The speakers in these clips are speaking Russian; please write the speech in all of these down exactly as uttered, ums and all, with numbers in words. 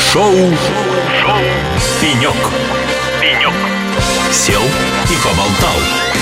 Шоу Шоу Пенек. Пенек. Сел и поболтал.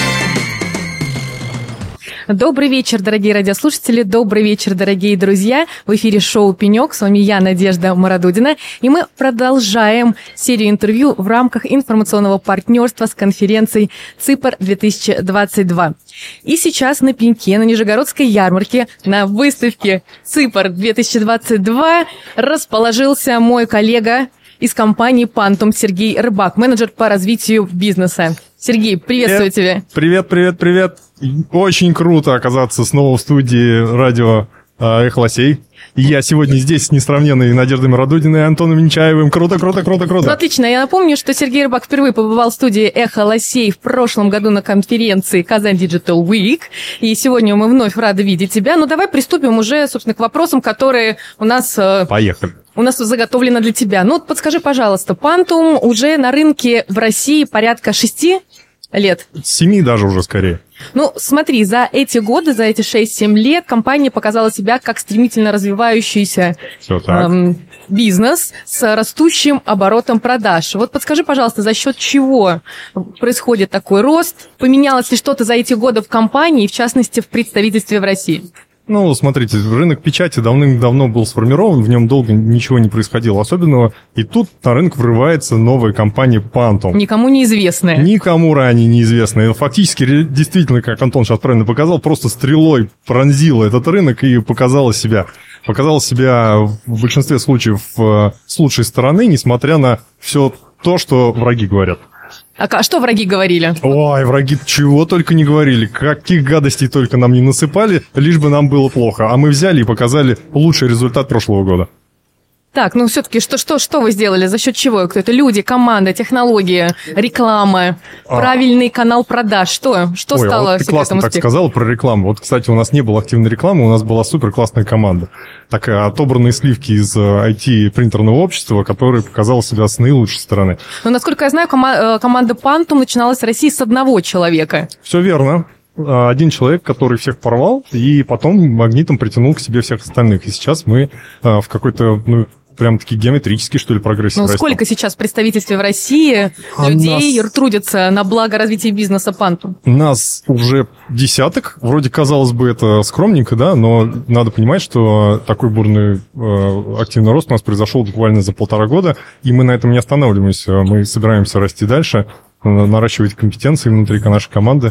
Добрый вечер, дорогие радиослушатели, добрый вечер, дорогие друзья. В эфире шоу «Пенек», с вами я, Надежда Марадудина, и мы продолжаем серию интервью в рамках информационного партнерства с конференцией ЦИПР-две тысячи двадцать два. И сейчас на пеньке, на Нижегородской ярмарке, на выставке ЦИПР-две тысячи двадцать два расположился мой коллега из компании «Пантум» Сергей Рыбак, менеджер по развитию бизнеса. Сергей, приветствую тебя. Привет, привет, привет. Очень круто оказаться снова в студии радио «Эхо Лосей». И я сегодня здесь с несравненной Надеждой Марадудиной и Антоном Нечаевым. Круто, круто, круто, круто. Ну, отлично. Я напомню, что Сергей Рыбак впервые побывал в студии «Эхо Лосей» в прошлом году на конференции «Казань Digital Week». И сегодня мы вновь рады видеть тебя. Ну, давай приступим уже, собственно, к вопросам, которые у нас... Поехали. У нас заготовлено для тебя. Ну, подскажи, пожалуйста, «Пантум» уже на рынке в России порядка шести лет? Семи даже уже скорее. Ну, смотри, за эти годы, за эти шесть-семь лет компания показала себя как стремительно развивающийся эм, бизнес с растущим оборотом продаж. Вот подскажи, пожалуйста, за счет чего происходит такой рост? Поменялось ли что-то за эти годы в компании, в частности, в представительстве в России? Ну, смотрите, рынок печати давным-давно был сформирован, в нем долго ничего не происходило особенного, и тут на рынок врывается новая компания Phantom. Никому неизвестная. Никому ранее неизвестная. Фактически, действительно, как Антон сейчас правильно показал, просто стрелой пронзила этот рынок и показала себя. Показала себя в большинстве случаев с лучшей стороны, несмотря на все то, что враги говорят. А что враги говорили? Ой, враги чего только не говорили, каких гадостей только нам не насыпали, лишь бы нам было плохо. А мы взяли и показали лучший результат прошлого года. Так, ну все-таки что, что, что вы сделали? За счет чего? Кто это? Люди, команда, технология, реклама, а. правильный канал продаж. Что? Что Ой, стало вот ты классно так сказала про рекламу. Вот, кстати, у нас не было активной рекламы, у нас была супер классная команда. Такая отобранные сливки из ай ти-принтерного общества, которая показала себя с наилучшей стороны. Ну, насколько я знаю, кома- команда Phantom начиналась в России с одного человека. Все верно. Один человек, который всех порвал, и потом магнитом притянул к себе всех остальных. И сейчас мы в какой-то, ну, прям-таки геометрический, что ли, прогресс. Ну, сколько сейчас в представительстве в России а людей нас... трудятся на благо развития бизнеса Phantom? Нас уже десяток. Вроде, казалось бы, это скромненько, да, но надо понимать, что такой бурный э, активный рост у нас произошел буквально за полтора года, и мы на этом не останавливаемся. Мы собираемся расти дальше, наращивать компетенции внутри нашей команды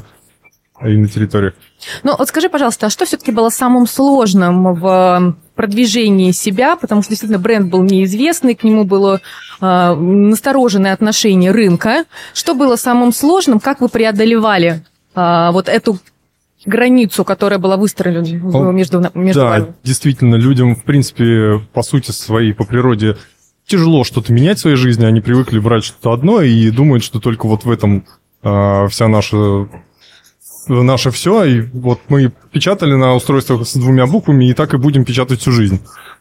и на территориях. Ну, вот скажи, пожалуйста, а что все-таки было самым сложным в продвижении себя? Потому что, действительно, бренд был неизвестный, к нему было э, настороженное отношение рынка. Что было самым сложным? Как вы преодолевали э, вот эту границу, которая была выстроена между, между да, вами? Да, действительно, людям, в принципе, по сути своей, по природе, тяжело что-то менять в своей жизни. Они привыкли брать что-то одно и думают, что только вот в этом э, вся наша... наше все, и вот мы печатали на устройствах с двумя буквами, и так и будем печатать всю жизнь.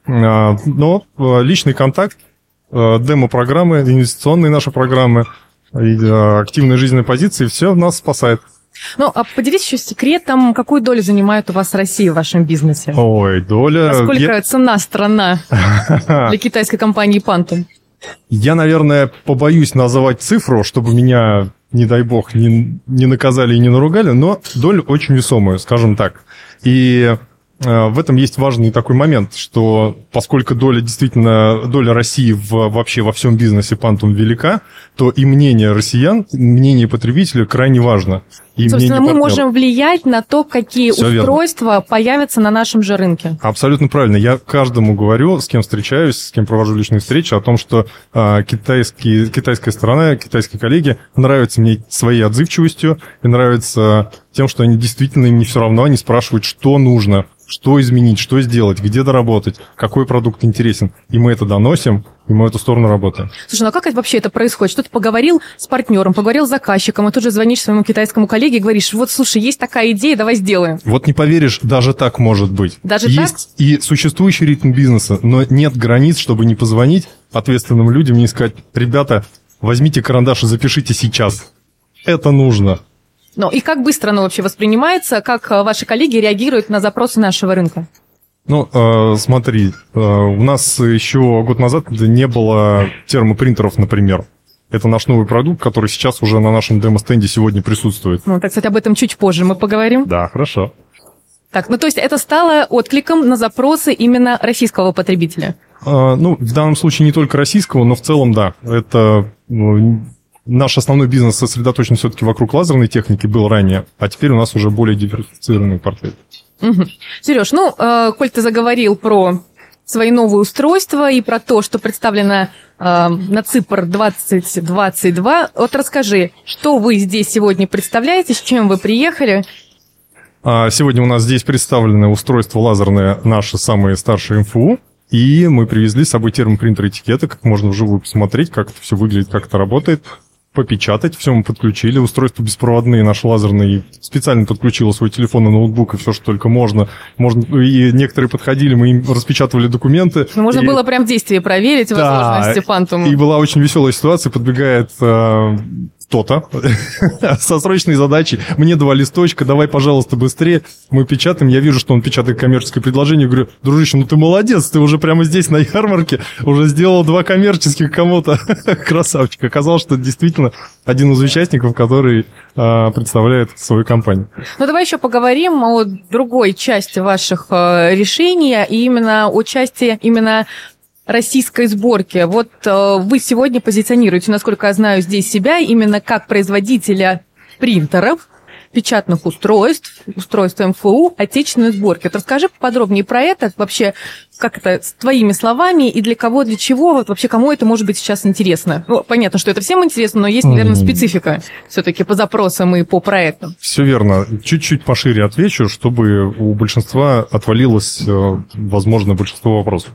Но личный контакт, демо-программы, инвестиционные наши программы, активные жизненные позиции, все нас спасает. Ну, а поделитесь еще секретом, какую долю занимает у вас Россия в вашем бизнесе? Ой, доля... Насколько Я... цена страна для китайской компании Phantom? Я, наверное, побоюсь называть цифру, чтобы меня... не дай бог, не, не наказали и не наругали, но доля очень весомая, скажем так. И э, в этом есть важный такой момент, что поскольку доля действительно, доля России в, вообще во всем бизнесе Phantom велика, то и мнение россиян, мнение потребителя крайне важно. И собственно, мы можем влиять на то, какие Все устройства верно. Появятся на нашем же рынке. Абсолютно правильно. Я каждому говорю, с кем встречаюсь, с кем провожу личные встречи, о том, что э, китайские, китайская сторона, китайские коллеги нравятся мне своей отзывчивостью и нравятся тем, что они действительно, им не все равно, они спрашивают, что нужно, что изменить, что сделать, где доработать, какой продукт интересен. И мы это доносим, и мы в эту сторону работаем. Слушай, ну а как вообще это происходит? Что ты поговорил с партнером, поговорил с заказчиком, и тут же звонишь своему китайскому коллеге и говоришь, вот, слушай, есть такая идея, давай сделаем. Вот не поверишь, даже так может быть. Даже есть так? И существующий ритм бизнеса, но нет границ, чтобы не позвонить ответственным людям и не сказать, ребята, возьмите карандаш и запишите сейчас. Это нужно. Ну и как быстро оно вообще воспринимается? Как ваши коллеги реагируют на запросы нашего рынка? Ну, э, смотри, э, у нас еще год назад не было термопринтеров, например. Это наш новый продукт, который сейчас уже на нашем демо-стенде сегодня присутствует. Ну, так, кстати, об этом чуть позже мы поговорим. Да, хорошо. Так, ну то есть это стало откликом на запросы именно российского потребителя? Э, ну, в данном случае не только российского, но в целом, да. Это ну, наш основной бизнес сосредоточен все-таки вокруг лазерной техники, был ранее, а теперь у нас уже более диверсифицированный портфель. Угу. Сереж, ну, э, коль ты заговорил про свои новые устройства и про то, что представлено э, на ЦИПР двадцать двадцать два, вот расскажи, что вы здесь сегодня представляете, с чем вы приехали? Сегодня у нас здесь представлены устройства лазерные, наши самые старшие эм эф у, и мы привезли с собой термопринтер этикеты, как можно вживую посмотреть, как это все выглядит, как это работает. Попечатать, все мы подключили, устройства беспроводные, наш лазерный, специально подключила свой телефон и ноутбук, и все, что только можно. можно и некоторые подходили, мы им распечатывали документы. Ну, можно и... было прям действие проверить, да, возможности фантома. И была очень веселая ситуация, подбегает э, кто-то со срочной задачей, мне два листочка, давай, пожалуйста, быстрее. Мы печатаем, я вижу, что он печатает коммерческое предложение, говорю, дружище, ну ты молодец, ты уже прямо здесь на ярмарке уже сделал два коммерческих кому-то. Красавчик. Оказалось, что это действительно один из участников, который э, представляет свою компанию. Ну, давай еще поговорим о другой части ваших э, решений, и именно о части именно российской сборки. Вот э, вы сегодня позиционируете, насколько я знаю, здесь себя именно как производителя принтеров, печатных устройств, устройств эм эф у отечественной сборки. Вот расскажи поподробнее про это, вообще, как это, с твоими словами, и для кого, для чего, вот вообще кому это может быть сейчас интересно. Ну, понятно, что это всем интересно, но есть, наверное, специфика все-таки по запросам и по проектам. Все верно. Чуть-чуть пошире отвечу, чтобы у большинства отвалилось, возможно, большинство вопросов.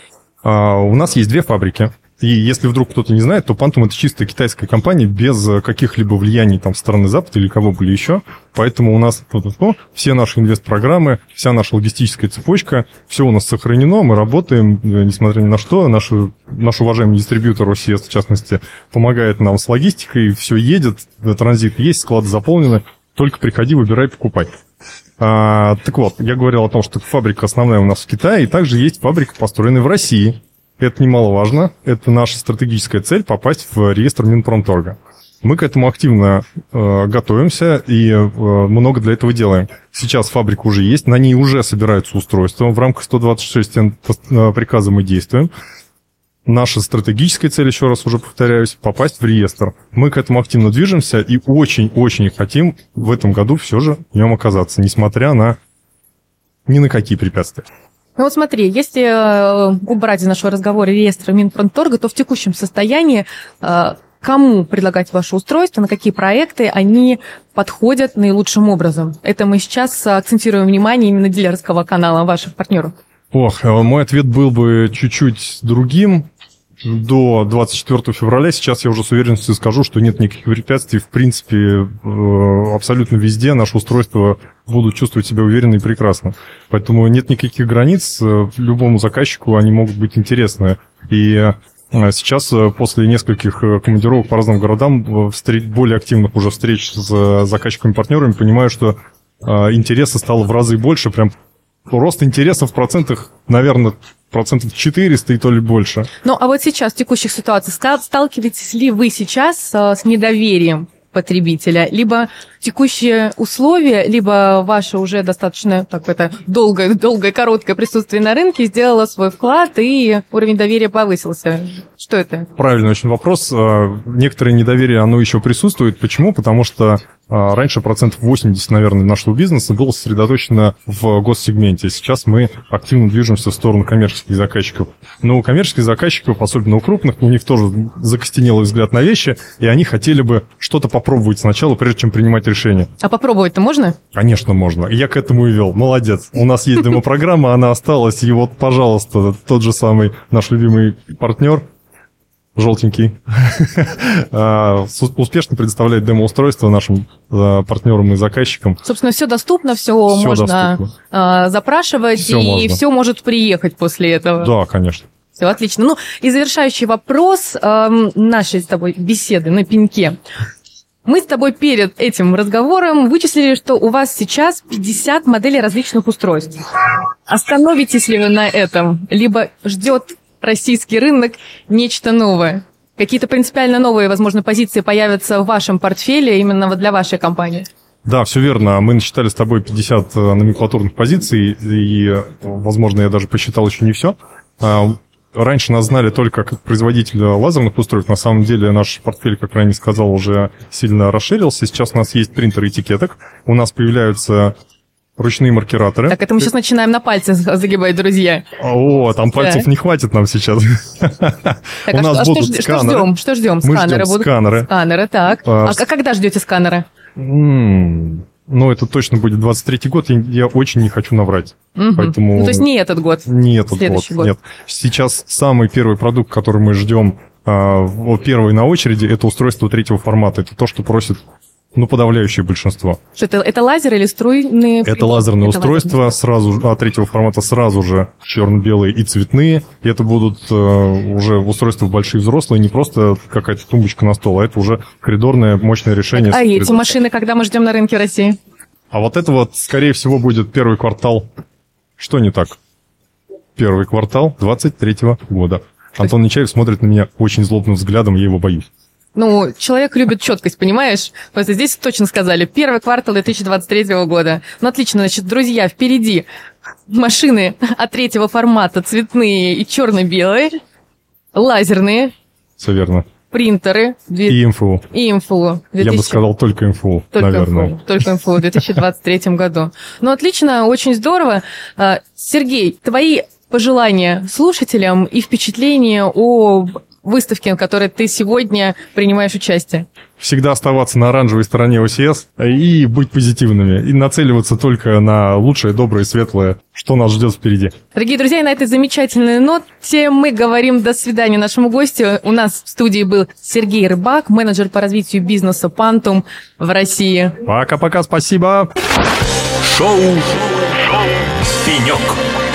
У нас есть две фабрики. И если вдруг кто-то не знает, то Phantom — это чистая китайская компания без каких-либо влияний там, страны Запада или кого бы еще. Поэтому у нас ну, все наши инвест-программы, вся наша логистическая цепочка, все у нас сохранено, мы работаем, несмотря ни на что. Наш, наш уважаемый дистрибьютор о си эс, в частности, помогает нам с логистикой, все едет, транзит есть, склады заполнены, только приходи, выбирай, покупай. А, так вот, я говорил о том, что фабрика основная у нас в Китае, и также есть фабрика, построенная в России. Это немаловажно. Это наша стратегическая цель — попасть в реестр Минпромторга. Мы к этому активно э, готовимся и э, много для этого делаем. Сейчас фабрика уже есть, на ней уже собираются устройства. В рамках сто двадцать шесть приказа мы действуем. Наша стратегическая цель, еще раз уже повторяюсь, попасть в реестр. Мы к этому активно движемся и очень-очень хотим в этом году все же в нем оказаться, несмотря на ни на какие препятствия. Ну вот смотри, если э, убрать из нашего разговора реестр Минпромторга, то в текущем состоянии э, кому предлагать ваше устройство, на какие проекты они подходят наилучшим образом? Это мы сейчас акцентируем внимание именно дилерского канала ваших партнеров. Ох, мой ответ был бы чуть-чуть другим. До двадцать четвёртого февраля, сейчас я уже с уверенностью скажу, что нет никаких препятствий. В принципе, абсолютно везде наши устройства будут чувствовать себя уверенно и прекрасно. Поэтому нет никаких границ. Любому заказчику они могут быть интересны. И сейчас, после нескольких командировок по разным городам, более активных уже встреч с заказчиками-партнерами, понимаю, что интереса стало в разы больше. Прям рост интереса в процентах, наверное, процентов четыреста и то ли больше. Ну, а вот сейчас, в текущих ситуациях, сталкиваетесь ли вы сейчас с недоверием потребителя? Либо текущие условия, либо ваше уже достаточно так, это долгое, долгое, короткое присутствие на рынке сделало свой вклад, и уровень доверия повысился? Что это? Правильный очень вопрос. Некоторое недоверие, оно еще присутствует. Почему? Потому что раньше процентов восемьдесят, наверное, нашего бизнеса было сосредоточено в госсегменте. Сейчас мы активно движемся в сторону коммерческих заказчиков. Но у коммерческих заказчиков, особенно у крупных, у них тоже закостенелый взгляд на вещи, и они хотели бы что-то попробовать сначала, прежде чем принимать решение. А попробовать-то можно? Конечно, можно. Я к этому и вел. Молодец. У нас есть демо-программа, она осталась, и вот, пожалуйста, тот же самый наш любимый партнер, желтенький, успешно предоставляет демо-устройство нашим партнерам и заказчикам. Собственно, все доступно, все, все можно доступно. запрашивать, все и можно. Все может приехать после этого. Да, конечно. Все отлично. Ну, и завершающий вопрос э, нашей с тобой беседы на пеньке. Мы с тобой перед этим разговором вычислили, что у вас сейчас пятьдесят моделей различных устройств. Остановитесь ли вы на этом? Либо ждет российский рынок нечто новое? Какие-то принципиально новые, возможно, позиции появятся в вашем портфеле именно вот для вашей компании? Да, все верно. Мы насчитали с тобой пятьдесят номенклатурных позиций, и, возможно, я даже посчитал еще не все. Раньше нас знали только как производителя лазерных устройств. На самом деле наш портфель, как ранее сказал, уже сильно расширился. Сейчас у нас есть принтеры этикеток. У нас появляются ручные маркираторы. Так, это мы сейчас начинаем на пальцы загибать, друзья. О, там пальцев да. не хватит нам сейчас. Так, у а нас что, будут что, сканеры. Что ждем? Что ждем? Мы сканеры ждем будут. сканеры. Сканеры, так. А, а когда ждете сканеры? М-м, ну, это точно будет двадцать третий год. Я, я очень не хочу наврать. Угу. Поэтому... Ну, то есть не этот год? Не этот год, год, нет. Сейчас самый первый продукт, который мы ждем, э, первый на очереди, это устройство третьего формата. Это то, что просит, ну, подавляющее большинство. Что это, это лазер или струйные? Это лазерное это устройство, лазерное. сразу а, третьего формата сразу же черно-белые и цветные. И это будут э, уже устройства большие взрослые, не просто какая-то тумбочка на стол, а это уже коридорное мощное решение. А эти машины, когда мы ждем на рынке России? А вот это вот, скорее всего, будет первый квартал. Что не так? Первый квартал двадцать третьего года. Антон Нечаев смотрит на меня очень злобным взглядом, я его боюсь. Ну, человек любит четкость, понимаешь? Просто здесь точно сказали, первый квартал две тысячи двадцать третьего года. Ну, отлично, значит, друзья, впереди машины от третьего формата, цветные и черно-белые, лазерные. Все верно. Принтеры. И МФУ. И МФУ. две тысячи... Я бы сказал только МФУ, только наверное. МФУ, только МФУ в две тысячи двадцать третьем году. Ну, отлично, очень здорово. Сергей, твои пожелания слушателям и впечатления о выставке, в которой ты сегодня принимаешь участие? Всегда оставаться на оранжевой стороне ОСС и быть позитивными. И нацеливаться только на лучшее, доброе, светлое, что нас ждет впереди. Дорогие друзья, и на этой замечательной ноте мы говорим до свидания нашему гостю. У нас в студии был Сергей Рыбак, менеджер по развитию бизнеса «Пантум» в России. Пока-пока, спасибо. Шоу, Шоу. «Пенек».